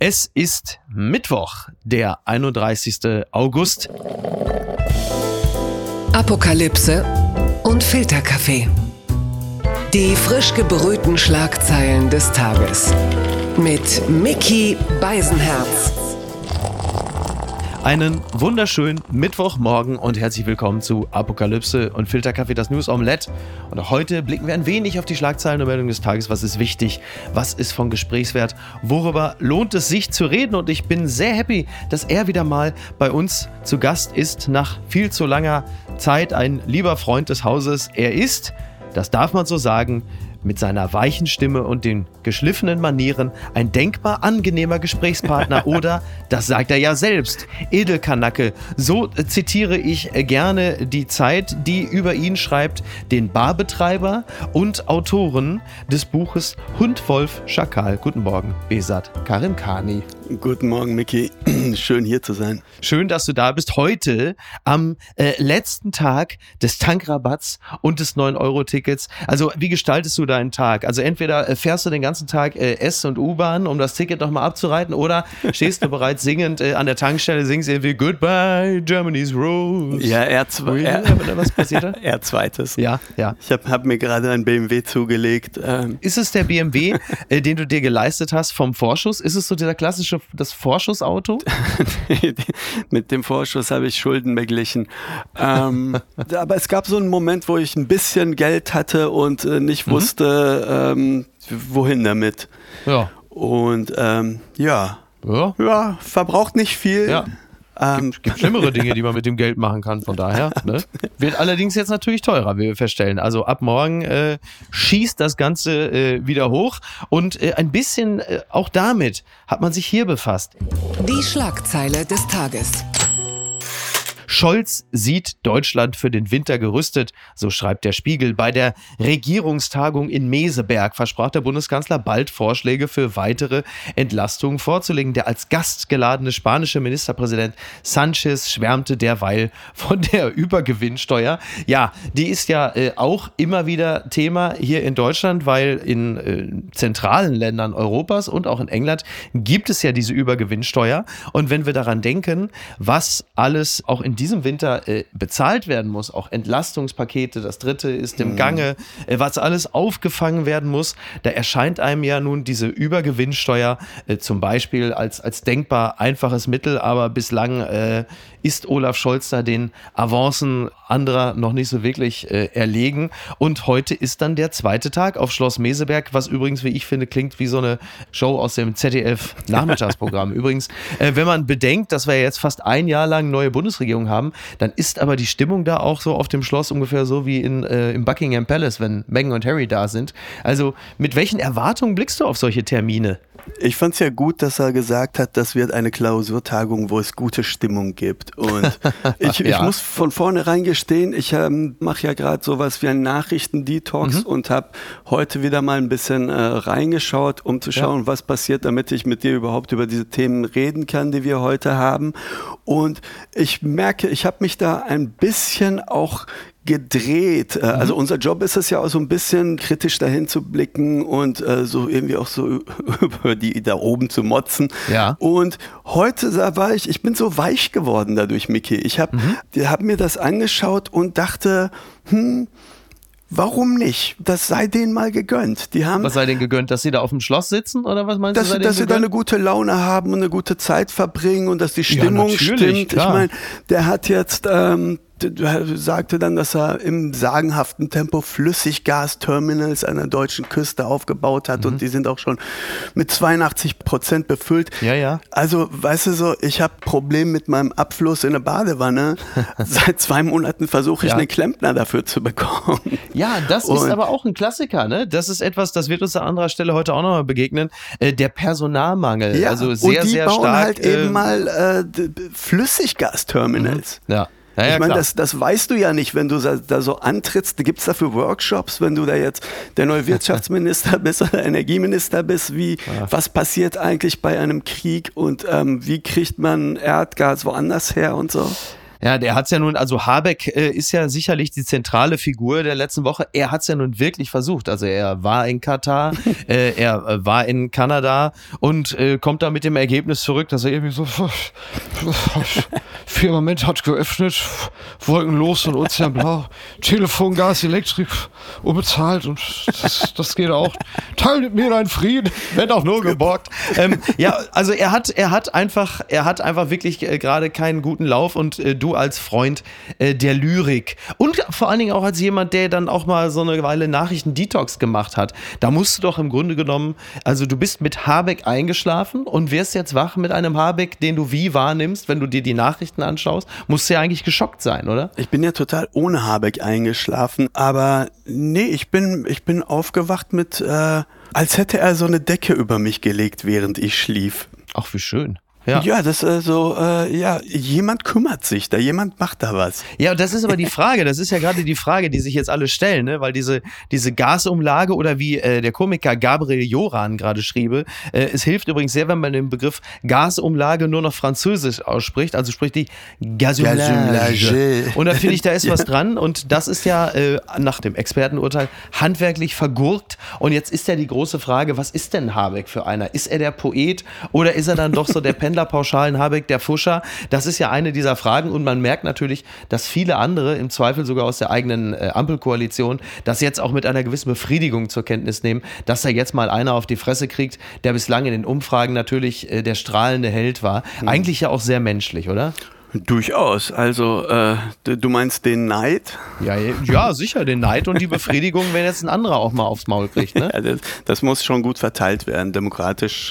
Es ist Mittwoch, der 31. August. Apokalypse und Filterkaffee. Die frisch gebrühten Schlagzeilen des Tages. Mit Micky Beisenherz. Einen wunderschönen Mittwochmorgen und herzlich willkommen zu Apokalypse und Filterkaffee, das News Omelette. Und auch heute blicken wir ein wenig auf die Schlagzeilen und Meldungen des Tages. Was ist wichtig? Was ist von Gesprächswert? Worüber lohnt es sich zu reden? Und ich bin sehr happy, dass er wieder mal bei uns zu Gast ist. Nach viel zu langer Zeit ein lieber Freund des Hauses. Er ist, das darf man so sagen, mit seiner weichen Stimme und den geschliffenen Manieren ein denkbar angenehmer Gesprächspartner oder, das sagt er ja selbst, Edelkanacke. So zitiere ich gerne die Zeit, die über ihn schreibt, den Barbetreiber und Autoren des Buches Hund, Wolf, Schakal. Guten Morgen, Behzad Karimkhani. Guten Morgen, Micky. Schön, hier zu sein. Schön, dass du da bist. Heute am letzten Tag des Tankrabatts und des 9-Euro-Tickets. Also, wie gestaltest du deinen Tag? Also, entweder fährst du den ganzen Tag S- und U-Bahn, um das Ticket nochmal abzureiten, oder stehst du bereits singend an der Tankstelle, singst irgendwie Goodbye, Germany's Rose. Ja, was passiert da? Er zweites. Ja. Ich hab mir gerade einen BMW zugelegt. Ist es der BMW, den du dir geleistet hast vom Vorschuss? Ist es so dieser klassische, das Vorschussauto? Mit dem Vorschuss habe ich Schulden beglichen. Aber es gab so einen Moment, wo ich ein bisschen Geld hatte und nicht wusste, wohin damit. Ja. Und verbraucht nicht viel. Ja. Gibt schlimmere Dinge, die man mit dem Geld machen kann, von daher. Ne? Wird allerdings jetzt natürlich teurer, wie wir feststellen. Also ab morgen schießt das Ganze wieder hoch und ein bisschen auch damit hat man sich hier befasst. Die Schlagzeile des Tages. Scholz sieht Deutschland für den Winter gerüstet, so schreibt der Spiegel. Bei der Regierungstagung in Meseberg versprach der Bundeskanzler bald Vorschläge für weitere Entlastungen vorzulegen. Der als Gast geladene spanische Ministerpräsident Sanchez schwärmte derweil von der Übergewinnsteuer. Ja, die ist ja auch immer wieder Thema hier in Deutschland, weil in zentralen Ländern Europas und auch in England gibt es ja diese Übergewinnsteuer. Und wenn wir daran denken, was alles auch in diesem Winter bezahlt werden muss, auch Entlastungspakete, das dritte ist im Gange, was alles aufgefangen werden muss, da erscheint einem ja nun diese Übergewinnsteuer zum Beispiel als denkbar einfaches Mittel, aber bislang ist Olaf Scholz da den Avancen anderer noch nicht so wirklich erlegen. Und heute ist dann der zweite Tag auf Schloss Meseberg, was übrigens, wie ich finde, klingt wie so eine Show aus dem ZDF-Nachmittagsprogramm. Übrigens, wenn man bedenkt, dass wir jetzt fast ein Jahr lang neue Bundesregierung haben, dann ist aber die Stimmung da auch so auf dem Schloss ungefähr so wie im Buckingham Palace, wenn Meghan und Harry da sind. Also mit welchen Erwartungen blickst du auf solche Termine? Ich fand es ja gut, dass er gesagt hat, das wird eine Klausurtagung, wo es gute Stimmung gibt. Und ich muss von vornherein gestehen, ich mache ja gerade sowas wie einen Nachrichten-Detox und habe heute wieder mal ein bisschen reingeschaut, um zu schauen, was passiert, damit ich mit dir überhaupt über diese Themen reden kann, die wir heute haben. Und ich merke, ich habe mich da ein bisschen auch gedreht. Also unser Job ist es ja auch so ein bisschen kritisch dahin zu blicken und so irgendwie auch so über die da oben zu motzen. Ja. Und heute ich bin so weich geworden dadurch, Micky. Ich habe mir das angeschaut und dachte, warum nicht? Das sei denen mal gegönnt. Was sei denen gegönnt? Dass sie da auf dem Schloss sitzen? Oder was meinst du? Dass sie da eine gute Laune haben und eine gute Zeit verbringen und dass die Stimmung stimmt. Klar. Ich meine, der hat jetzt sagte dann, dass er im sagenhaften Tempo Flüssiggasterminals an der deutschen Küste aufgebaut hat und die sind auch schon mit 82% befüllt. Ja. Also, weißt du so, ich habe Probleme mit meinem Abfluss in der Badewanne. Seit 2 Monaten versuche ich einen Klempner dafür zu bekommen. Ja, das ist aber auch ein Klassiker, ne? Das ist etwas, das wird uns an anderer Stelle heute auch nochmal begegnen. Der Personalmangel. Ja, also sehr, und die sehr bauen stark. Halt eben mal Flüssiggasterminals. Ja. Ja, ich meine, klar. das weißt du ja nicht, wenn du da so antrittst. Gibt es dafür Workshops, wenn du da jetzt der neue Wirtschaftsminister bist oder Energieminister bist? Was passiert eigentlich bei einem Krieg und wie kriegt man Erdgas woanders her und so? Ja, der hat's ja nun, also Habeck ist ja sicherlich die zentrale Figur der letzten Woche. Er hat's ja nun wirklich versucht. Also er war in Katar, er war in Kanada und kommt da mit dem Ergebnis zurück, dass er irgendwie so Firmament hat geöffnet, wolkenlos und ozeanblau, Telefon, Gas, Elektrik, unbezahlt und das geht auch. Teil mit mir deinen Frieden, wenn auch nur geborgt. Ja, also er hat einfach wirklich gerade keinen guten Lauf und du als Freund der Lyrik und vor allen Dingen auch als jemand, der dann auch mal so eine Weile Nachrichten-Detox gemacht hat, da musst du doch im Grunde genommen, also du bist mit Habeck eingeschlafen und wirst jetzt wach mit einem Habeck, den du wie wahrnimmst, wenn du dir die Nachrichten anschaust, musst du ja eigentlich geschockt sein, oder? Ich bin ja total ohne Habeck eingeschlafen, aber nee, ich bin aufgewacht mit, als hätte er so eine Decke über mich gelegt, während ich schlief. Ach, wie schön. Ja, das ist so, jemand kümmert sich da, jemand macht da was. Ja, das ist aber die Frage, das ist ja gerade die Frage, die sich jetzt alle stellen, ne? Weil diese Gasumlage oder wie der Komiker Gabriel Joran gerade schriebe, es hilft übrigens sehr, wenn man den Begriff Gasumlage nur noch französisch ausspricht, also spricht die Gasumlage. Und da finde ich, da ist was dran und das ist ja nach dem Expertenurteil handwerklich vergurkt und jetzt ist ja die große Frage, was ist denn Habeck für einer? Ist er der Poet oder ist er dann doch so der Pendlerpauschalen Habeck, der Fuscher? Das ist ja eine dieser Fragen und man merkt natürlich, dass viele andere, im Zweifel sogar aus der eigenen Ampelkoalition, das jetzt auch mit einer gewissen Befriedigung zur Kenntnis nehmen, dass da jetzt mal einer auf die Fresse kriegt, der bislang in den Umfragen natürlich der strahlende Held war. Eigentlich ja auch sehr menschlich, oder? Durchaus. Also, du meinst den Neid? Ja, sicher, den Neid und die Befriedigung, wenn jetzt ein anderer auch mal aufs Maul kriegt, ne? Ja, das muss schon gut verteilt werden, demokratisch.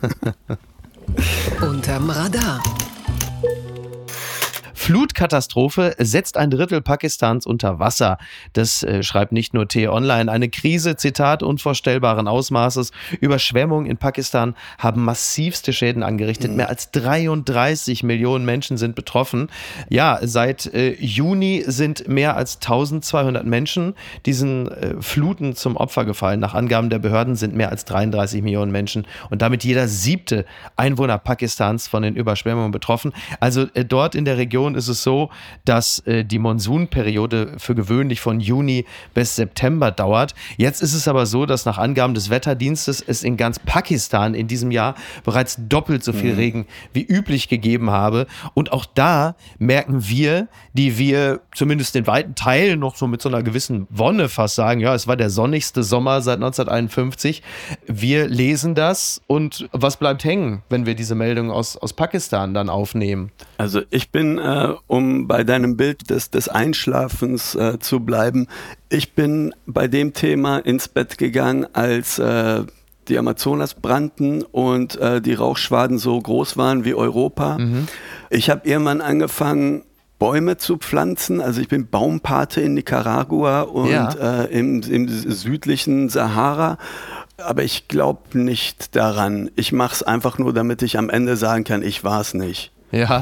Unterm Radar. Flutkatastrophe setzt ein Drittel Pakistans unter Wasser. Das schreibt nicht nur T-Online. Eine Krise, Zitat, unvorstellbaren Ausmaßes. Überschwemmungen in Pakistan haben massivste Schäden angerichtet. Mehr als 33 Millionen Menschen sind betroffen. Ja, seit Juni sind mehr als 1200 Menschen diesen Fluten zum Opfer gefallen. Nach Angaben der Behörden sind mehr als 33 Millionen Menschen und damit jeder 7. Einwohner Pakistans von den Überschwemmungen betroffen. Also dort in der Region ist es so, dass die Monsunperiode für gewöhnlich von Juni bis September dauert. Jetzt ist es aber so, dass nach Angaben des Wetterdienstes es in ganz Pakistan in diesem Jahr bereits doppelt so viel Regen wie üblich gegeben habe. Und auch da merken wir, die wir zumindest in weiten Teilen noch so mit so einer gewissen Wonne fast sagen, ja, es war der sonnigste Sommer seit 1951. Wir lesen das und was bleibt hängen, wenn wir diese Meldung aus Pakistan dann aufnehmen? Also ich bin, um bei deinem Bild des Einschlafens zu bleiben, ich bin bei dem Thema ins Bett gegangen, als die Amazonas brannten und die Rauchschwaden so groß waren wie Europa. Ich habe irgendwann angefangen, Bäume zu pflanzen. Also ich bin Baumpate in Nicaragua und im südlichen Sahara. Aber ich glaube nicht daran. Ich mache es einfach nur, damit ich am Ende sagen kann, ich war es nicht. Ja.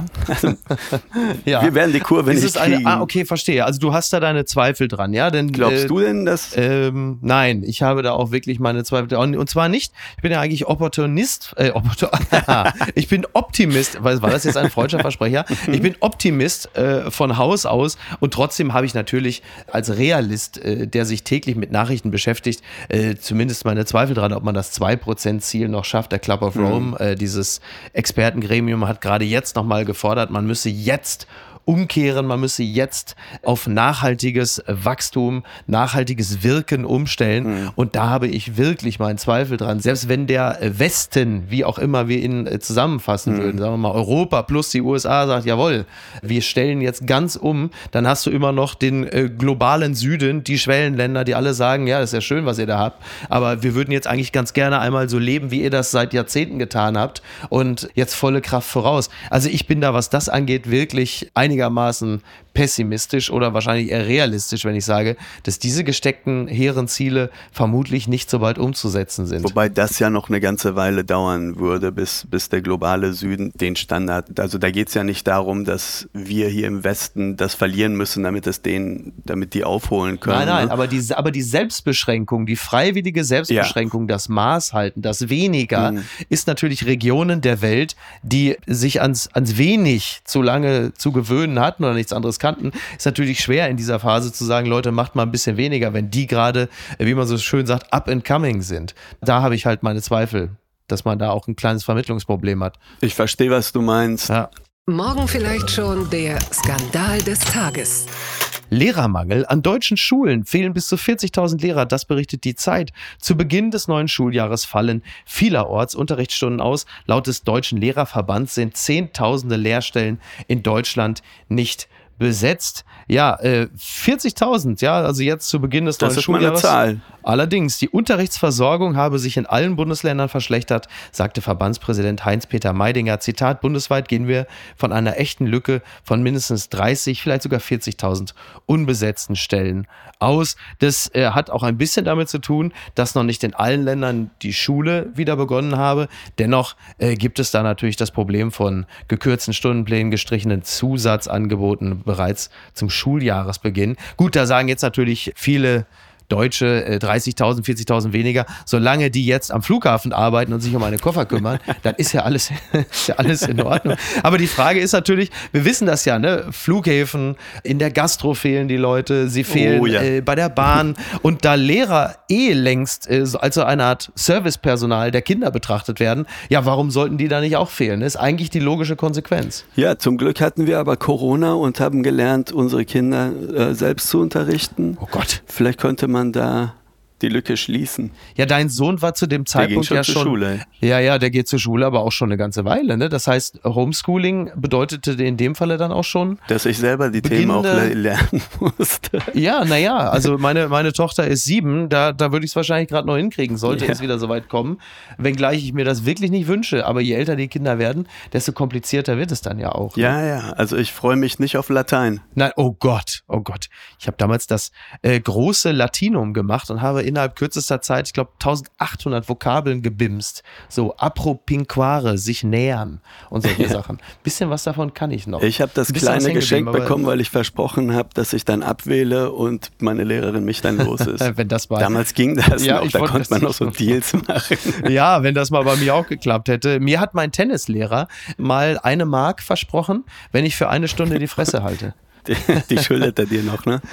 Ja. Wir werden die Kurve nicht kriegen. Okay, verstehe. Also du hast da deine Zweifel dran, ja? Denn, glaubst du denn, dass... nein, ich habe da auch wirklich meine Zweifel. Und zwar nicht, ich bin ja eigentlich Opportunist. Ich bin Optimist. War das jetzt ein freudscher Versprecher? Ich bin Optimist von Haus aus und trotzdem habe ich natürlich als Realist, der sich täglich mit Nachrichten beschäftigt, zumindest meine Zweifel dran, ob man das 2%-Ziel noch schafft. Der Club of Rome, dieses Expertengremium hat gerade jetzt nochmal gefordert, man müsse jetzt umkehren, man müsse jetzt auf nachhaltiges Wachstum, nachhaltiges Wirken umstellen. Und da habe ich wirklich meinen Zweifel dran. Selbst wenn der Westen, wie auch immer wir ihn zusammenfassen würden, sagen wir mal Europa plus die USA sagt, jawohl, wir stellen jetzt ganz um, dann hast du immer noch den globalen Süden, die Schwellenländer, die alle sagen, ja, das ist ja schön, was ihr da habt, aber wir würden jetzt eigentlich ganz gerne einmal so leben, wie ihr das seit Jahrzehnten getan habt und jetzt volle Kraft voraus. Also ich bin da, was das angeht, wirklich einigermaßen pessimistisch oder wahrscheinlich eher realistisch, wenn ich sage, dass diese gesteckten hehren Ziele vermutlich nicht so bald umzusetzen sind. Wobei das ja noch eine ganze Weile dauern würde, bis der globale Süden den Standard, also da geht es ja nicht darum, dass wir hier im Westen das verlieren müssen, damit die aufholen können. Nein, ne? aber die Selbstbeschränkung, die freiwillige Selbstbeschränkung, das Maß halten, das Weniger, ist natürlich Regionen der Welt, die sich ans Wenig zu lange zu gewöhnen hatten oder nichts anderes kannten, ist natürlich schwer in dieser Phase zu sagen, Leute, macht mal ein bisschen weniger, wenn die gerade, wie man so schön sagt, up and coming sind. Da habe ich halt meine Zweifel, dass man da auch ein kleines Vermittlungsproblem hat. Ich verstehe, was du meinst. Ja. Morgen vielleicht schon der Skandal des Tages. Lehrermangel. An deutschen Schulen fehlen bis zu 40.000 Lehrer, das berichtet die Zeit. Zu Beginn des neuen Schuljahres fallen vielerorts Unterrichtsstunden aus. Laut des Deutschen Lehrerverbands sind Zehntausende Lehrstellen in Deutschland nicht besetzt. Ja, 40.000, ja, also jetzt zu Beginn des neuen Schuljahres. Das ist meine Zahl. Allerdings, die Unterrichtsversorgung habe sich in allen Bundesländern verschlechtert, sagte Verbandspräsident Heinz-Peter Meidinger. Zitat, bundesweit gehen wir von einer echten Lücke von mindestens 30, vielleicht sogar 40.000 unbesetzten Stellen aus. Das hat auch ein bisschen damit zu tun, dass noch nicht in allen Ländern die Schule wieder begonnen habe. Dennoch gibt es da natürlich das Problem von gekürzten Stundenplänen, gestrichenen Zusatzangeboten bereits zum Schuljahresbeginn. Gut, da sagen jetzt natürlich viele Deutsche 30.000, 40.000 weniger, solange die jetzt am Flughafen arbeiten und sich um meine Koffer kümmern, dann ist ja alles in Ordnung. Aber die Frage ist natürlich, wir wissen das ja, ne? Flughäfen, in der Gastro fehlen die Leute, sie fehlen bei der Bahn und da Lehrer längst als so eine Art Servicepersonal der Kinder betrachtet werden, ja, warum sollten die da nicht auch fehlen? Das ist eigentlich die logische Konsequenz. Ja, zum Glück hatten wir aber Corona und haben gelernt, unsere Kinder selbst zu unterrichten. Oh Gott. Vielleicht könnte man da die Lücke schließen. Ja, dein Sohn war zu dem Zeitpunkt der ging schon zur Schule. Ja, der geht zur Schule, aber auch schon eine ganze Weile. Ne? Das heißt, Homeschooling bedeutete in dem Falle dann auch schon, dass ich selber die Themen auch lernen musste. Ja, naja, also meine Tochter ist 7, da würde ich es wahrscheinlich gerade noch hinkriegen, sollte es wieder so weit kommen. Wenngleich ich mir das wirklich nicht wünsche, aber je älter die Kinder werden, desto komplizierter wird es dann ja auch. Ne? Ja, also ich freue mich nicht auf Latein. Nein, oh Gott. Ich habe damals das große Latinum gemacht und habe innerhalb kürzester Zeit, ich glaube, 1800 Vokabeln gebimst. So appropinquare, sich nähern und solche Sachen. Bisschen was davon kann ich noch. Ich habe das kleine Geschenk bekommen, weil ich versprochen habe, dass ich dann abwähle und meine Lehrerin mich dann los ist. Wenn das mal, damals ging das noch, da konnte man noch so Deals machen. Ja, wenn das mal bei mir auch geklappt hätte. Mir hat mein Tennislehrer mal 1 Mark versprochen, wenn ich für 1 Stunde die Fresse halte. Die schuldet er dir noch, ne?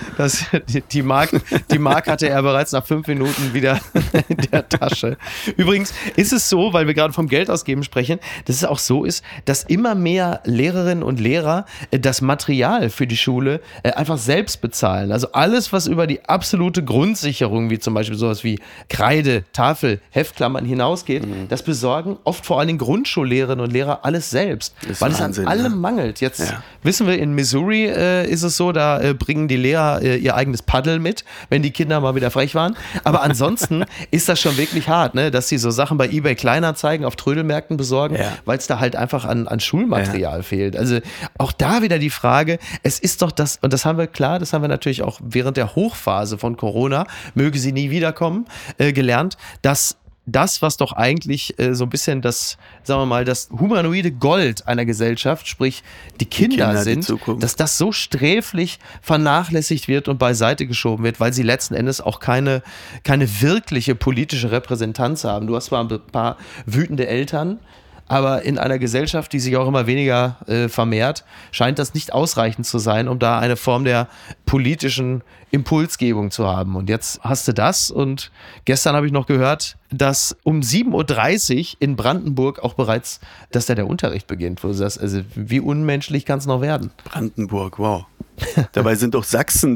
Die Mark hatte er bereits nach 5 Minuten wieder in der Tasche. Übrigens ist es so, weil wir gerade vom Geldausgeben sprechen, dass es auch so ist, dass immer mehr Lehrerinnen und Lehrer das Material für die Schule einfach selbst bezahlen. Also alles, was über die absolute Grundsicherung, wie zum Beispiel sowas wie Kreide, Tafel, Heftklammern hinausgeht, das besorgen oft vor allen Dingen Grundschullehrerinnen und Lehrer alles selbst, weil Wahnsinn, es an allem mangelt. Jetzt wissen wir, in Missouri ist es so, da bringen die Lehrer ihr eigenes Paddel mit, wenn die Kinder mal wieder frech waren. Aber ansonsten ist das schon wirklich hart, ne? Dass sie so Sachen bei eBay Kleinanzeigen auf Trödelmärkten besorgen, weil es da halt einfach an Schulmaterial fehlt. Also auch da wieder die Frage, es ist doch das, und das haben wir natürlich auch während der Hochphase von Corona, möge sie nie wiederkommen, gelernt, dass das, was doch eigentlich so ein bisschen das, sagen wir mal, das humanoide Gold einer Gesellschaft, sprich die Kinder sind, dass das so sträflich vernachlässigt wird und beiseite geschoben wird, weil sie letzten Endes auch keine wirkliche politische Repräsentanz haben. Du hast zwar ein paar wütende Eltern, aber in einer Gesellschaft, die sich auch immer weniger vermehrt, scheint das nicht ausreichend zu sein, um da eine Form der politischen Impulsgebung zu haben. Und jetzt hast du das. Und gestern habe ich noch gehört, dass um 7.30 Uhr in Brandenburg auch bereits, dass da der Unterricht beginnt. Wo du sagst, also wie unmenschlich kann es noch werden? Brandenburg, wow. Dabei sind doch Sachsen,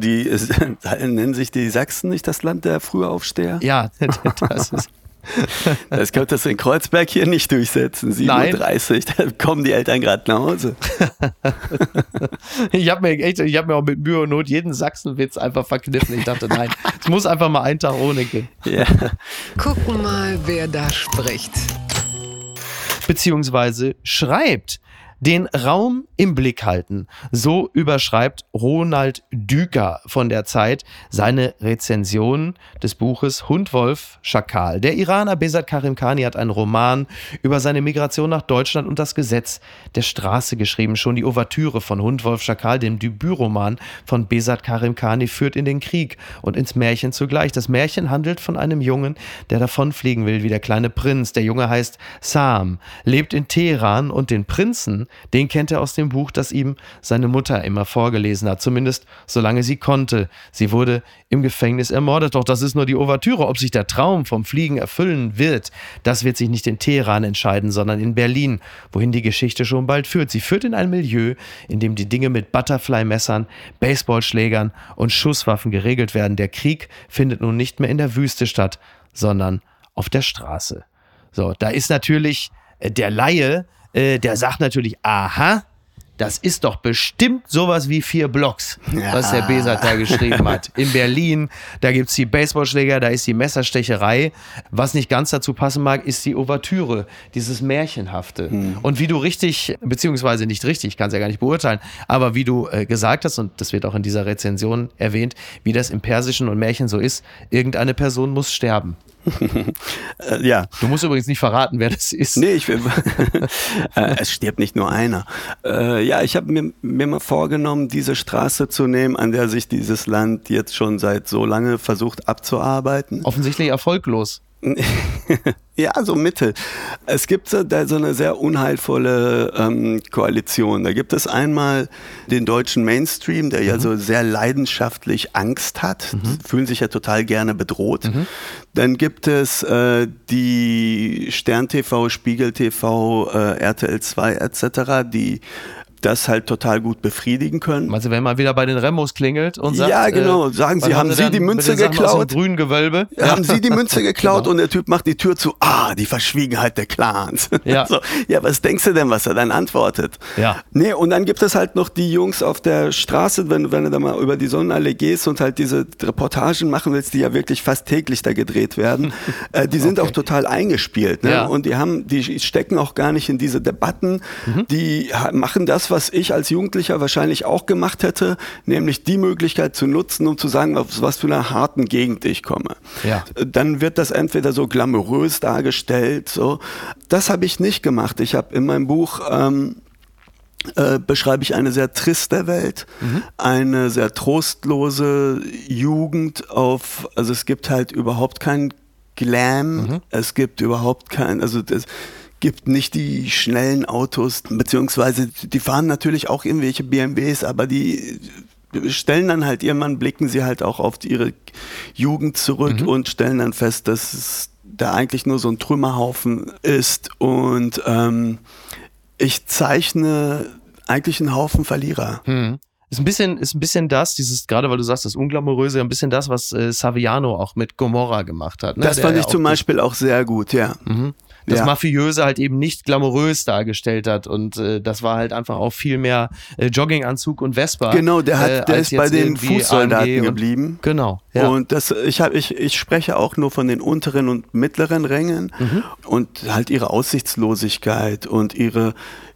nennen sich die Sachsen nicht das Land der Frühaufsteher? Ja, das ist... Das könnte das in Kreuzberg hier nicht durchsetzen. 7.30 Uhr, da kommen die Eltern gerade nach Hause. Ich hab mir auch mit Mühe und Not jeden Sachsenwitz einfach verkniffen. Ich dachte, nein, es muss einfach mal einen Tag ohne gehen. Ja. Gucken mal, wer da spricht. Beziehungsweise schreibt. Den Raum im Blick halten. So überschreibt Ronald Düker von der Zeit seine Rezension des Buches Hund, Wolf, Schakal. Der Iraner Behzad Karimkhani hat einen Roman über seine Migration nach Deutschland und das Gesetz der Straße geschrieben. Schon die Ouvertüre von Hund, Wolf, Schakal, dem Debütroman von Behzad Karimkhani, führt in den Krieg und ins Märchen zugleich. Das Märchen handelt von einem Jungen, der davonfliegen will wie der kleine Prinz. Der Junge heißt Sam, lebt in Teheran und den Prinzen, den kennt er aus dem Buch, das ihm seine Mutter immer vorgelesen hat, zumindest solange sie konnte. Sie wurde im Gefängnis ermordet, doch das ist nur die Ouvertüre. Ob sich der Traum vom Fliegen erfüllen wird, das wird sich nicht in Teheran entscheiden, sondern in Berlin, wohin die Geschichte schon bald führt. Sie führt in ein Milieu, in dem die Dinge mit Butterfly-Messern, Baseballschlägern und Schusswaffen geregelt werden. Der Krieg findet nun nicht mehr in der Wüste statt, sondern auf der Straße. So, da ist natürlich der Laie, der sagt natürlich, aha, das ist doch bestimmt sowas wie 4 Blocks, was der Behzad da geschrieben hat. In Berlin, da gibt es die Baseballschläger, da ist die Messerstecherei. Was nicht ganz dazu passen mag, ist die Ouvertüre, dieses Märchenhafte. Und wie du richtig, beziehungsweise nicht richtig, ich kann es ja gar nicht beurteilen, aber wie du gesagt hast, und das wird auch in dieser Rezension erwähnt, wie das im Persischen und Märchen so ist, irgendeine Person muss sterben. Ja. Du musst übrigens nicht verraten, wer das ist. Nee, es stirbt nicht nur einer. Ja, ich habe mir mal vorgenommen, diese Straße zu nehmen, an der sich dieses Land jetzt schon seit so lange versucht abzuarbeiten. Offensichtlich erfolglos. Ja, so mittel. Es gibt da so eine sehr unheilvolle Koalition. Da gibt es einmal den deutschen Mainstream, der ja so sehr leidenschaftlich Angst hat, fühlen sich ja total gerne bedroht. Dann gibt es die Stern TV, Spiegel TV, RTL 2 etc., die das halt total gut befriedigen können. Also wenn man wieder bei den Remos klingelt und sagt, ja genau, sagen sie, haben Sie die Münze geklaut? Aus dem grünen Gewölbe? Haben Sie die Münze geklaut? Genau. Und der Typ macht die Tür zu, die Verschwiegenheit der Clans. Ja. So, ja, was denkst du denn, was er dann antwortet? Ja. Nee, und dann gibt es halt noch die Jungs auf der Straße, wenn du da mal über die Sonnenallee gehst und halt diese Reportagen machen willst, die ja wirklich fast täglich da gedreht werden, die sind auch total eingespielt. Ne? Ja. Und die stecken auch gar nicht in diese Debatten, die machen das, was ich als Jugendlicher wahrscheinlich auch gemacht hätte, nämlich die Möglichkeit zu nutzen, um zu sagen, was für eine harten Gegend ich komme. Ja. Dann wird das entweder so glamourös dargestellt, so. Das habe ich nicht gemacht. Ich habe in meinem Buch beschreibe ich eine sehr triste Welt, eine sehr trostlose Jugend also es gibt halt überhaupt keinen Glam, es gibt überhaupt gibt nicht die schnellen Autos, beziehungsweise die fahren natürlich auch irgendwelche BMWs, aber die stellen dann halt irgendwann, blicken sie halt auch auf ihre Jugend zurück und stellen dann fest, dass es da eigentlich nur so ein Trümmerhaufen ist und ich zeichne eigentlich einen Haufen Verlierer. Ist ein bisschen das, gerade weil du sagst, das Unglamouröse, ein bisschen das, was Saviano auch mit Gomorra gemacht hat. Ne? Das fand ich zum Beispiel auch sehr gut, ja. Das Mafiöse halt eben nicht glamourös dargestellt hat und das war halt einfach auch viel mehr Jogginganzug und Vespa. Genau, der ist bei den Fußsoldaten geblieben. Genau. Ja. Und ich spreche auch nur von den unteren und mittleren Rängen und halt ihre Aussichtslosigkeit und ihre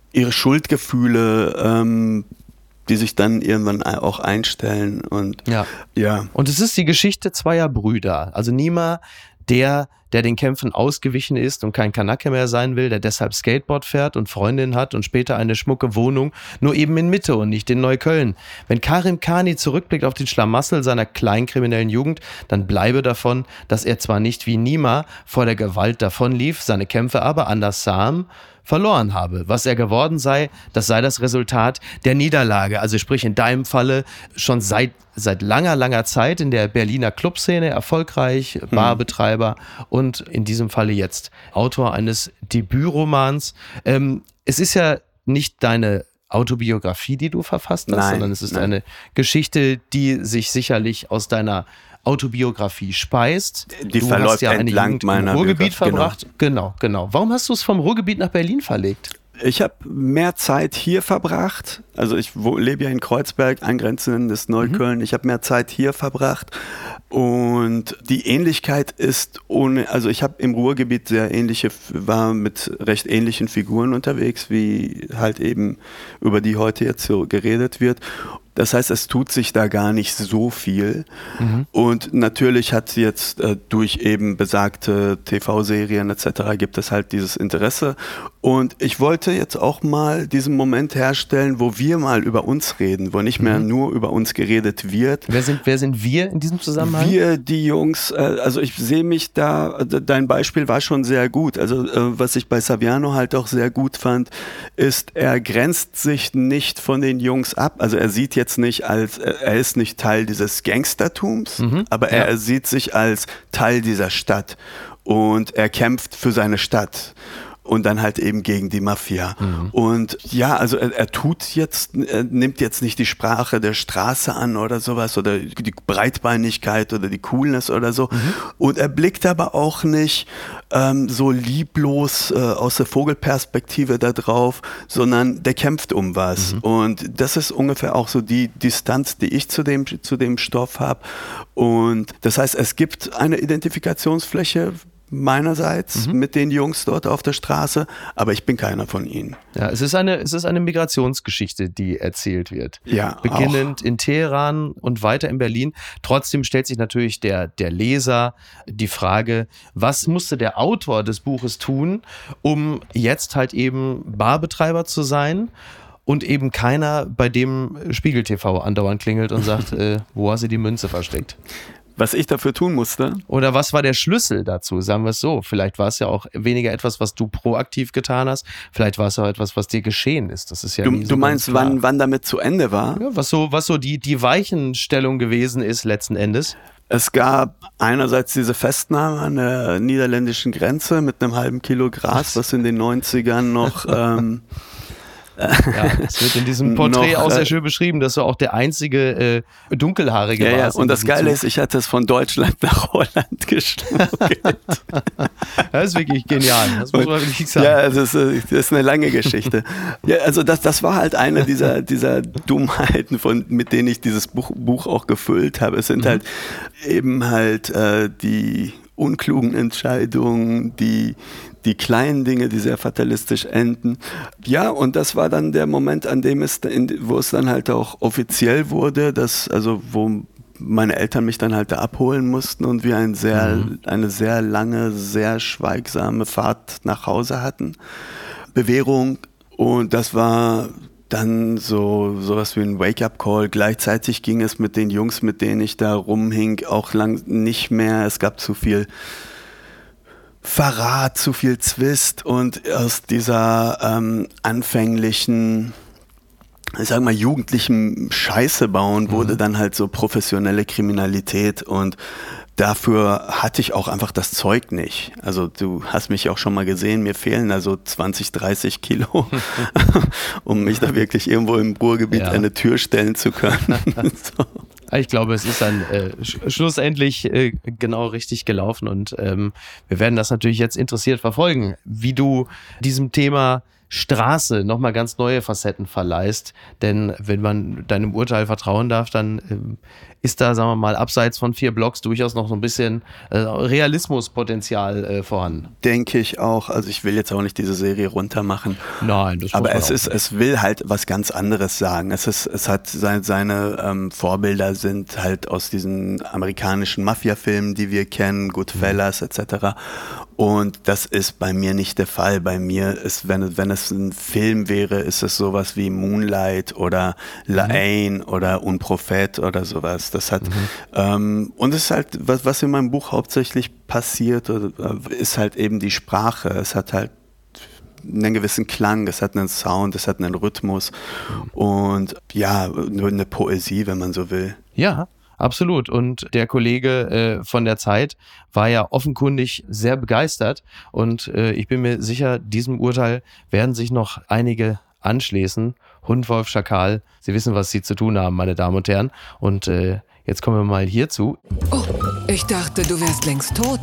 Schuldgefühle, die sich dann irgendwann auch einstellen. Und ja. Und es ist die Geschichte zweier Brüder. Also Nima, der den Kämpfen ausgewichen ist und kein Kanake mehr sein will, der deshalb Skateboard fährt und Freundin hat und später eine schmucke Wohnung, nur eben in Mitte und nicht in Neukölln. Wenn Karimkhani zurückblickt auf den Schlamassel seiner kleinkriminellen Jugend, dann bleibe davon, dass er zwar nicht wie Nima vor der Gewalt davonlief, seine Kämpfe aber anders Sam verloren habe. Was er geworden sei, das sei das Resultat der Niederlage. Also sprich in deinem Falle schon seit langer, langer Zeit in der Berliner Clubszene erfolgreich, Barbetreiber und in diesem Falle jetzt Autor eines Debütromans. Es ist ja nicht deine Autobiografie, die du verfasst hast, sondern es ist eine Geschichte, die sich sicherlich aus deiner Autobiografie speist. Die verläuft ja entlang meiner Ruhrgebiet verbracht. Genau. Warum hast du es vom Ruhrgebiet nach Berlin verlegt? Ich habe mehr Zeit hier verbracht Also ich lebe ja in Kreuzberg, angrenzendes Neukölln. Ich habe mehr Zeit hier verbracht und die Ähnlichkeit ist also ich habe im Ruhrgebiet war mit recht ähnlichen Figuren unterwegs, wie halt eben über die heute jetzt so geredet wird. Das heißt, es tut sich da gar nicht so viel. Und natürlich hat jetzt durch eben besagte TV-Serien etc. gibt es halt dieses Interesse. Und ich wollte jetzt auch mal diesen Moment herstellen, wo wir mal über uns reden, wo nicht mehr nur über uns geredet wird. Wer sind wir in diesem Zusammenhang? Wir, die Jungs, also ich sehe mich da, dein Beispiel war schon sehr gut. Also was ich bei Saviano halt auch sehr gut fand, ist, er grenzt sich nicht von den Jungs ab. Also er sieht jetzt nicht er ist nicht Teil dieses Gangstertums, aber er sieht sich als Teil dieser Stadt und er kämpft für seine Stadt. Und dann halt eben gegen die Mafia. Und ja, also er nimmt jetzt nicht die Sprache der Straße an oder sowas oder die Breitbeinigkeit oder die Coolness oder so. Und er blickt aber auch nicht so lieblos aus der Vogelperspektive da drauf, sondern der kämpft um was. Und das ist ungefähr auch so die Distanz, die ich zu dem Stoff habe. Und das heißt, es gibt eine Identifikationsfläche meinerseits mit den Jungs dort auf der Straße, aber ich bin keiner von ihnen. Ja, es ist eine Migrationsgeschichte, die erzählt wird. Ja, beginnend auch in Teheran und weiter in Berlin. Trotzdem stellt sich natürlich der Leser die Frage, was musste der Autor des Buches tun, um jetzt halt eben Barbetreiber zu sein? Und eben keiner, bei dem Spiegel TV andauernd klingelt und sagt, wo hast du die Münze versteckt? Was ich dafür tun musste? Oder was war der Schlüssel dazu? Sagen wir es so. Vielleicht war es ja auch weniger etwas, was du proaktiv getan hast. Vielleicht war es auch etwas, was dir geschehen ist. Das ist ja du meinst, wann damit zu Ende war? Ja, was so die Weichenstellung gewesen ist letzten Endes. Es gab einerseits diese Festnahme an der niederländischen Grenze mit einem halben Kilo Gras, was in den 90ern noch... Ja, es wird in diesem Porträt auch sehr schön beschrieben, dass du auch der einzige Dunkelhaarige warst. Ja, und das Geile ist, ich hatte es von Deutschland nach Holland geschmuggelt. Das ist wirklich genial, das muss man wirklich sagen. Ja, also das ist eine lange Geschichte. Ja, also das war halt eine dieser Dummheiten, mit denen ich dieses Buch auch gefüllt habe. Es sind halt eben halt die unklugen Entscheidungen, die kleinen Dinge, die sehr fatalistisch enden. Ja, und das war dann der Moment, an dem wo es dann halt auch offiziell wurde, wo meine Eltern mich dann halt da abholen mussten und wir eine sehr lange, sehr schweigsame Fahrt nach Hause hatten. Bewährung, und das war dann sowas wie ein Wake-up-Call. Gleichzeitig ging es mit den Jungs, mit denen ich da rumhing, auch lang nicht mehr. Es gab zu viel Verrat, zu viel Zwist, und aus dieser anfänglichen, ich sag mal, jugendlichen Scheiße bauen wurde dann halt so professionelle Kriminalität, und dafür hatte ich auch einfach das Zeug nicht. Also du hast mich auch schon mal gesehen, mir fehlen da so 20, 30 Kilo, um mich da wirklich irgendwo im Ruhrgebiet an eine Tür stellen zu können. So. Ich glaube, es ist dann schlussendlich genau richtig gelaufen, und wir werden das natürlich jetzt interessiert verfolgen, wie du diesem Thema Straße nochmal ganz neue Facetten verleihst. Denn wenn man deinem Urteil vertrauen darf, dann ist da, sagen wir mal, abseits von 4 Blocks durchaus noch so ein bisschen Realismuspotenzial vorhanden. Denke ich auch. Also ich will jetzt auch nicht diese Serie runtermachen. Nein, das aber es will halt was ganz anderes sagen. Es hat seine Vorbilder sind halt aus diesen amerikanischen Mafia-Filmen, die wir kennen, Goodfellas etc. Und das ist bei mir nicht der Fall. Bei mir ist, wenn es ein Film wäre, ist es sowas wie Moonlight oder La Haine oder Un Prophet oder sowas. Das hat und es ist halt, was in meinem Buch hauptsächlich passiert, ist halt eben die Sprache. Es hat halt einen gewissen Klang, es hat einen Sound, es hat einen Rhythmus und ja, nur eine Poesie, wenn man so will. Ja, absolut. Und der Kollege von der Zeit war ja offenkundig sehr begeistert, und ich bin mir sicher, diesem Urteil werden sich noch einige anschließen. Hund, Wolf, Schakal, Sie wissen, was Sie zu tun haben, meine Damen und Herren. Und jetzt kommen wir mal hierzu. Oh, ich dachte, du wärst längst tot.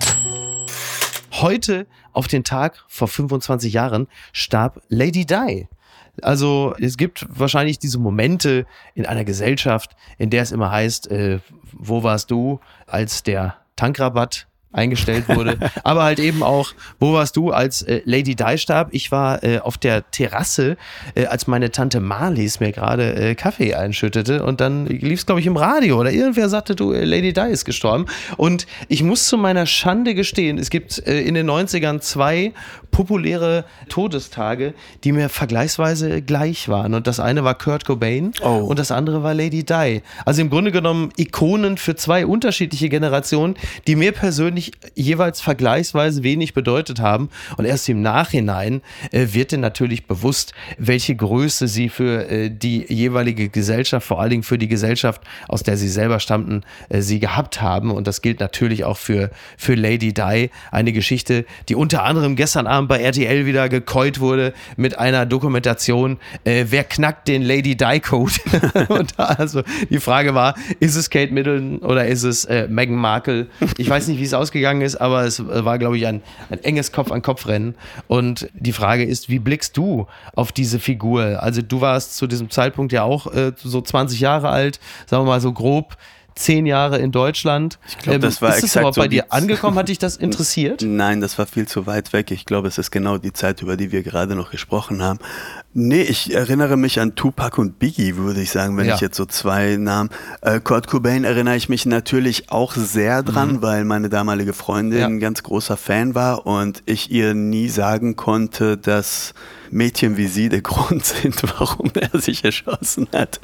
Heute, auf den Tag vor 25 Jahren, starb Lady Di. Also es gibt wahrscheinlich diese Momente in einer Gesellschaft, in der es immer heißt, wo warst du, als der Tankrabatt eingestellt wurde, aber halt eben auch, wo warst du, als Lady Di starb? Ich war auf der Terrasse, als meine Tante Marlies mir gerade Kaffee einschüttete und dann lief es, glaube ich, im Radio oder irgendwer sagte, du, Lady Di ist gestorben und ich muss zu meiner Schande gestehen, es gibt in den 90ern 2 populäre Todestage, die mir vergleichsweise gleich waren und das eine war Kurt Cobain und das andere war Lady Di. Also im Grunde genommen Ikonen für 2 unterschiedliche Generationen, die mir persönlich jeweils vergleichsweise wenig bedeutet haben und erst im Nachhinein wird dir natürlich bewusst, welche Größe sie für die jeweilige Gesellschaft, vor allen Dingen für die Gesellschaft, aus der sie selber stammten, sie gehabt haben und das gilt natürlich auch für Lady Di, eine Geschichte, die unter anderem gestern Abend bei RTL wieder gekäut wurde mit einer Dokumentation, wer knackt den Lady Di Code? Und da also die Frage war, ist es Kate Middleton oder ist es Meghan Markle? Ich weiß nicht, wie es ausgegangen ist, aber es war, glaube ich, ein enges Kopf-an-Kopf-Rennen. Und die Frage ist, wie blickst du auf diese Figur? Also du warst zu diesem Zeitpunkt ja auch so 20 Jahre alt, sagen wir mal so grob, 10 Jahre in Deutschland. Ich glaube, das war exakt so. Ist das aber bei dir angekommen? Hat dich das interessiert? Nein, das war viel zu weit weg. Ich glaube, es ist genau die Zeit, über die wir gerade noch gesprochen haben. Nee, ich erinnere mich an Tupac und Biggie, würde ich sagen, wenn ich jetzt so 2 Namen. Kurt Cobain erinnere ich mich natürlich auch sehr dran, weil meine damalige Freundin ein ganz großer Fan war und ich ihr nie sagen konnte, dass Mädchen wie sie der Grund sind, warum er sich erschossen hat,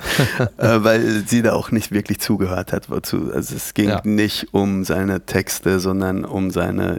weil sie da auch nicht wirklich zugehört hat. Wozu. Also es ging nicht um seine Texte, sondern um seine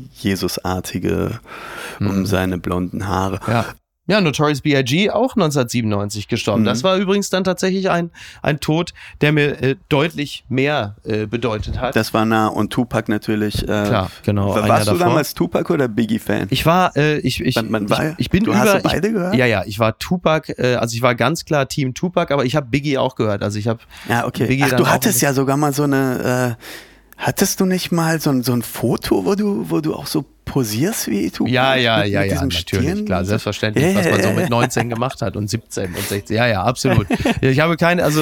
Jesusartige, um seine blonden Haare. Ja, Notorious B.I.G. auch 1997 gestorben. Das war übrigens dann tatsächlich ein Tod, der mir deutlich mehr bedeutet hat. Das war nah und Tupac natürlich. Klar, genau. Warst du damals Tupac oder Biggie-Fan? Ich war, ich bin du hast beide gehört? Ja, ich war Tupac, also ich war ganz klar Team Tupac, aber ich habe Biggie auch gehört. Also ich habe Biggie. Ach, du hattest ja sogar mal so eine, hattest du nicht mal so ein Foto, wo du auch so posierst wie Tupac? Ja, natürlich, klar, selbstverständlich, was man so mit 19 gemacht hat und 17 und 16, ja, absolut. Ich habe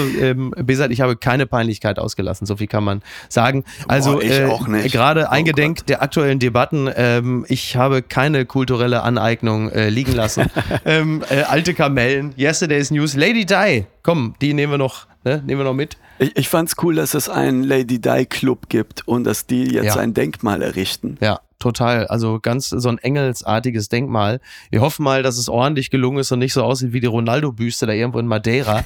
keine Peinlichkeit ausgelassen, so viel kann man sagen. Also ich auch nicht. Gerade eingedenk der aktuellen Debatten, ich habe keine kulturelle Aneignung liegen lassen. Alte Kamellen, Yesterday's News, Lady Di, komm, die nehmen wir noch mit. Ich fand's cool, dass es einen Lady Di Club gibt und dass die jetzt ein Denkmal errichten. Ja, total. Also ganz so ein engelsartiges Denkmal. Wir hoffen mal, dass es ordentlich gelungen ist und nicht so aussieht wie die Ronaldo-Büste da irgendwo in Madeira.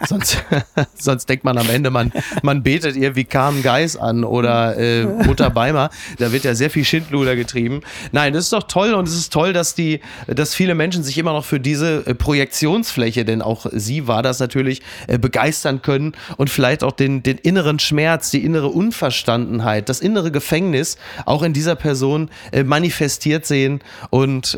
sonst denkt man am Ende, man betet ihr wie Carmen Geis an oder Mutter Beimer. Da wird ja sehr viel Schindluder getrieben. Nein, das ist doch toll und es ist toll, dass viele Menschen sich immer noch für diese Projektionsfläche, denn auch sie war das natürlich, begeistern können und vielleicht auch den inneren Schmerz, die innere Unverstandenheit, das innere Gefängnis auch in dieser Person manifestiert sehen und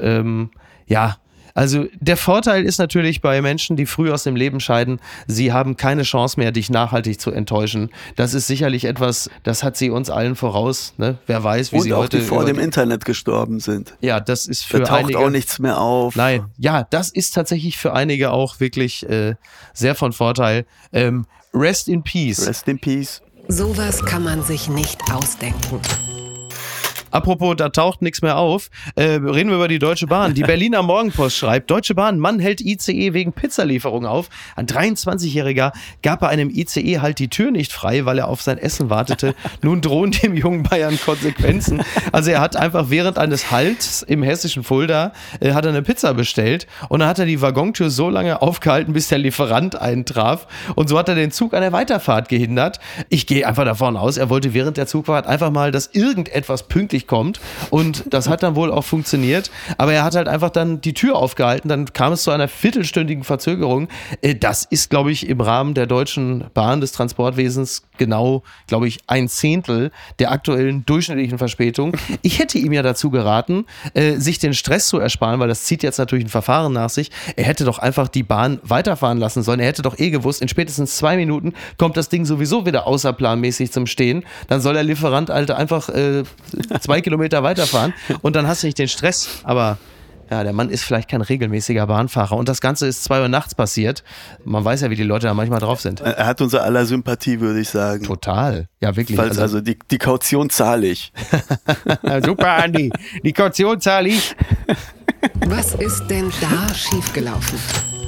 also der Vorteil ist natürlich bei Menschen, die früh aus dem Leben scheiden, sie haben keine Chance mehr, dich nachhaltig zu enttäuschen. Das ist sicherlich etwas, das hat sie uns allen voraus. Ne? Wer weiß, wie und sie auch heute... die vor dem Internet gestorben sind. Ja, das ist für einige... Da taucht auch nichts mehr auf. Nein, ja, das ist tatsächlich für einige auch wirklich sehr von Vorteil. Rest in Peace. Rest in Peace. Sowas kann man sich nicht ausdenken. Apropos, da taucht nichts mehr auf, reden wir über die Deutsche Bahn. Die Berliner Morgenpost schreibt, Deutsche Bahn, Mann hält ICE wegen Pizzalieferung auf. Ein 23-Jähriger gab bei einem ICE halt die Tür nicht frei, weil er auf sein Essen wartete. Nun drohen dem jungen Bayern Konsequenzen. Also er hat einfach während eines Halts im hessischen Fulda hat er eine Pizza bestellt und dann hat er die Waggontür so lange aufgehalten, bis der Lieferant eintraf und so hat er den Zug an der Weiterfahrt gehindert. Ich gehe einfach davon aus, er wollte während der Zugfahrt einfach mal, dass irgendetwas pünktlich kommt und das hat dann wohl auch funktioniert, aber er hat halt einfach dann die Tür aufgehalten, dann kam es zu einer viertelstündigen Verzögerung. Das ist, glaube ich, im Rahmen der Deutschen Bahn des Transportwesens genau, glaube ich, 1/10 der aktuellen durchschnittlichen Verspätung. Ich hätte ihm ja dazu geraten, sich den Stress zu ersparen, weil das zieht jetzt natürlich ein Verfahren nach sich. Er hätte doch einfach die Bahn weiterfahren lassen sollen. Er hätte doch gewusst, in spätestens 2 Minuten kommt das Ding sowieso wieder außerplanmäßig zum Stehen. Dann soll der Lieferant, Alter, einfach 2 Kilometer weiterfahren und dann hast du nicht den Stress. Aber Ja, der Mann ist vielleicht kein regelmäßiger Bahnfahrer. Und das Ganze ist 2 Uhr nachts passiert. Man weiß ja, wie die Leute da manchmal drauf sind. Er hat unser aller Sympathie, würde ich sagen. Total. Ja, wirklich. Falls also die Kaution zahle ich. Super, Andi. Die Kaution zahle ich. Was ist denn da schiefgelaufen?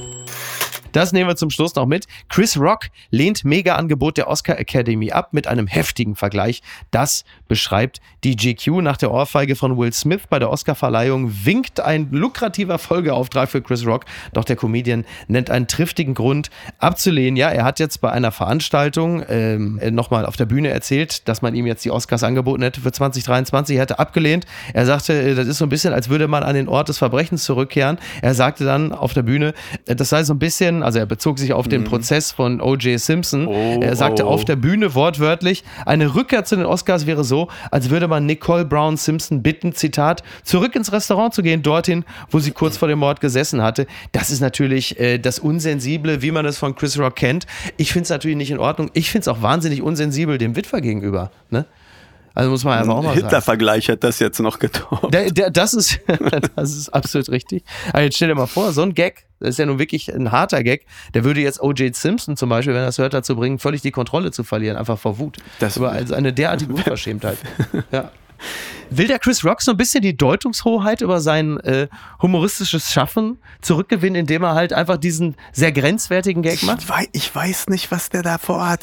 Das nehmen wir zum Schluss noch mit. Chris Rock lehnt Mega-Angebot der Oscar Academy ab mit einem heftigen Vergleich. Das beschreibt die GQ. Nach der Ohrfeige von Will Smith bei der Oscarverleihung winkt ein lukrativer Folgeauftrag für Chris Rock. Doch der Comedian nennt einen triftigen Grund abzulehnen. Ja, er hat jetzt bei einer Veranstaltung nochmal auf der Bühne erzählt, dass man ihm jetzt die Oscars angeboten hätte für 2023. Er hätte abgelehnt. Er sagte, das ist so ein bisschen, als würde man an den Ort des Verbrechens zurückkehren. Er sagte dann auf der Bühne, das sei so ein bisschen, also er bezog sich auf den Prozess von O.J. Simpson. Er sagte auf der Bühne wortwörtlich, eine Rückkehr zu den Oscars wäre so, als würde man Nicole Brown Simpson bitten, Zitat, zurück ins Restaurant zu gehen, dorthin, wo sie kurz vor dem Mord gesessen hatte. Das ist natürlich das Unsensible, wie man es von Chris Rock kennt. Ich finde es natürlich nicht in Ordnung. Ich finde es auch wahnsinnig unsensibel dem Witwer gegenüber, ne? Also muss man einfach auch mal sagen. Hitler-Vergleich hat das jetzt noch getoppt. Das ist absolut richtig. Aber jetzt stell dir mal vor, so ein Gag, das ist ja nun wirklich ein harter Gag, der würde jetzt O.J. Simpson zum Beispiel, wenn er es hört, dazu bringen, völlig die Kontrolle zu verlieren, einfach vor Wut. Das war also eine derartige Unverschämtheit. Ja. Will der Chris Rock so ein bisschen die Deutungshoheit über sein humoristisches Schaffen zurückgewinnen, indem er halt einfach diesen sehr grenzwertigen Gag macht? Ich weiß nicht, was der da vorhat.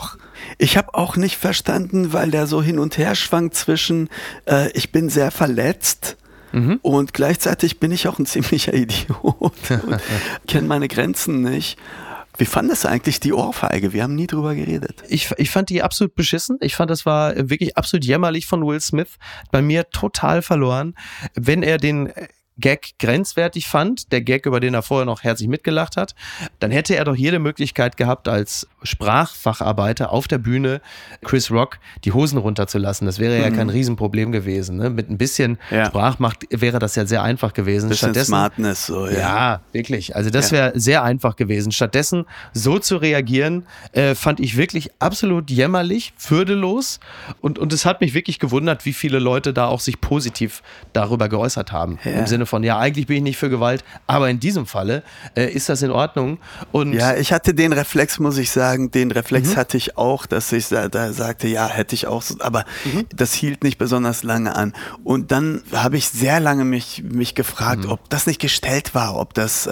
Ich habe auch nicht verstanden, weil der so hin und her schwankt zwischen ich bin sehr verletzt und gleichzeitig bin ich auch ein ziemlicher Idiot und kenne meine Grenzen nicht. Wie fandest du eigentlich die Ohrfeige? Wir haben nie drüber geredet. Ich fand die absolut beschissen. Ich fand, das war wirklich absolut jämmerlich von Will Smith. Bei mir total verloren. Wenn er den Gag grenzwertig fand, der Gag, über den er vorher noch herzlich mitgelacht hat, dann hätte er doch jede Möglichkeit gehabt, als Sprachfacharbeiter auf der Bühne Chris Rock die Hosen runterzulassen. Das wäre ja kein Riesenproblem gewesen. Ne? Mit ein bisschen Sprachmacht wäre das ja sehr einfach gewesen. Bisschen Smartness so, ja. Ja, wirklich. Also das wäre sehr einfach gewesen. Stattdessen so zu reagieren, fand ich wirklich absolut jämmerlich, würdelos und es hat mich wirklich gewundert, wie viele Leute da auch sich positiv darüber geäußert haben. Ja. Im Sinne von, ja, eigentlich bin ich nicht für Gewalt, aber in diesem Falle ist das in Ordnung. Und ja, ich hatte den Reflex, muss ich sagen, hatte ich auch, dass ich da sagte, ja, hätte ich auch, aber das hielt nicht besonders lange an. Und dann habe ich sehr lange mich gefragt, ob das nicht gestellt war, ob das,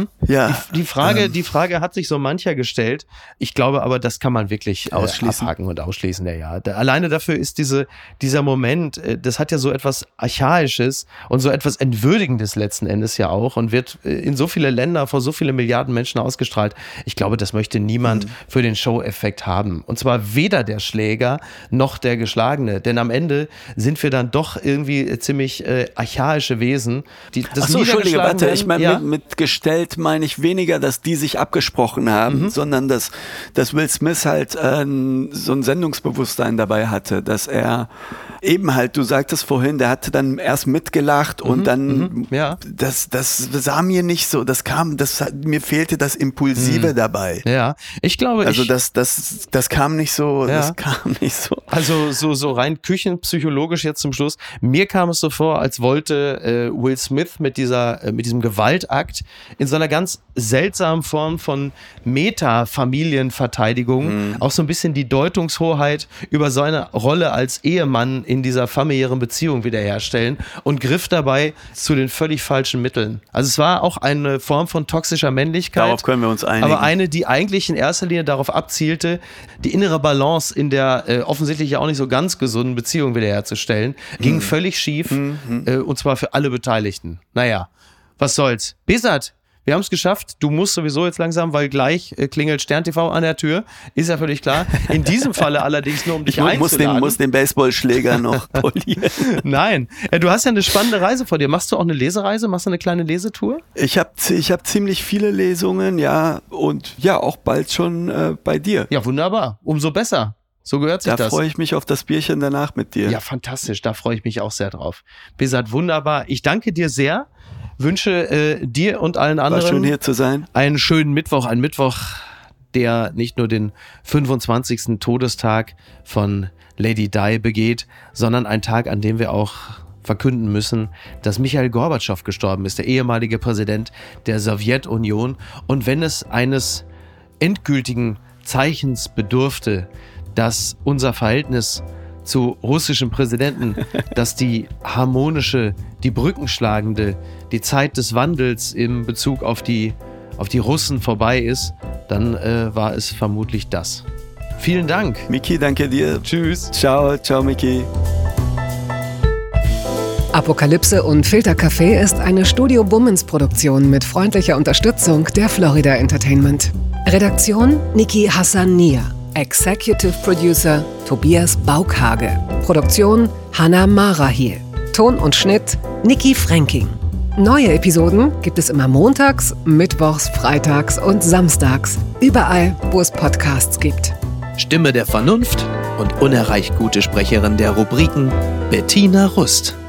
Die Frage hat sich so mancher gestellt. Ich glaube aber, das kann man wirklich abhaken und ausschließen. Ja. Alleine dafür ist dieser Moment, das hat ja so etwas Archaisches und so etwas Entwürdigendes letzten Endes ja auch und wird in so viele Länder vor so viele Milliarden Menschen ausgestrahlt. Ich glaube, das möchte niemand für den Show-Effekt haben. Und zwar weder der Schläger noch der Geschlagene. Denn am Ende sind wir dann doch irgendwie ziemlich archaische Wesen. Entschuldige, warte, ich meine, mit gestellt meine ich weniger, dass die sich abgesprochen haben, sondern dass Will Smith halt so ein Sendungsbewusstsein dabei hatte, dass er eben halt, du sagtest vorhin, der hatte dann erst mitgelacht und dann, das sah mir nicht so, mir fehlte das Impulsive dabei. Ja, ich glaube, also das kam nicht so, Also so rein küchenpsychologisch jetzt zum Schluss, mir kam es so vor, als wollte Will Smith mit diesem Gewaltakt in so einer ganz seltsamen Form von Meta-Familienverteidigung auch so ein bisschen die Deutungshoheit über seine Rolle als Ehemann in dieser familiären Beziehung wiederherstellen und griff dabei zu den völlig falschen Mitteln. Also es war auch eine Form von toxischer Männlichkeit. Darauf können wir uns einigen. Aber eine, die eigentlich in erster Linie darauf abzielte, die innere Balance in der offensichtlich ja auch nicht so ganz gesunden Beziehung wiederherzustellen, ging völlig schief und zwar für alle Beteiligten. Naja, was soll's. Besat, wir haben es geschafft. Du musst sowieso jetzt langsam, weil gleich klingelt Stern TV an der Tür. Ist ja völlig klar. In diesem Falle allerdings nur, um dich einzuladen. Ich muss den Baseballschläger noch polieren. Nein. Du hast ja eine spannende Reise vor dir. Machst du auch eine Lesereise? Machst du eine kleine Lesetour? Ich hab ziemlich viele Lesungen, ja. Und ja, auch bald schon bei dir. Ja, wunderbar. Umso besser. So gehört sich das. Da freue ich mich auf das Bierchen danach mit dir. Ja, fantastisch. Da freue ich mich auch sehr drauf. Besat, wunderbar. Ich danke dir sehr. Wünsche dir und allen anderen schön hier zu sein. Einen schönen Mittwoch. Ein Mittwoch, der nicht nur den 25. Todestag von Lady Di begeht, sondern ein Tag, an dem wir auch verkünden müssen, dass Michail Gorbatschow gestorben ist, der ehemalige Präsident der Sowjetunion. Und wenn es eines endgültigen Zeichens bedurfte, dass unser Verhältnis zu russischen Präsidenten, dass die harmonische, die brückenschlagende, die Zeit des Wandels in Bezug auf die Russen vorbei ist, dann war es vermutlich das. Vielen Dank. Miki, danke dir. Tschüss. Ciao, Miki. Apokalypse und Filtercafé ist eine Studio Bummens Produktion mit freundlicher Unterstützung der Florida Entertainment. Redaktion Niki Hassania. Executive Producer Tobias Baukhage. Produktion Hannah Marahiel. Ton und Schnitt Niki Fränking. Neue Episoden gibt es immer montags, mittwochs, freitags und samstags. Überall, wo es Podcasts gibt. Stimme der Vernunft und unerreicht gute Sprecherin der Rubriken Bettina Rust.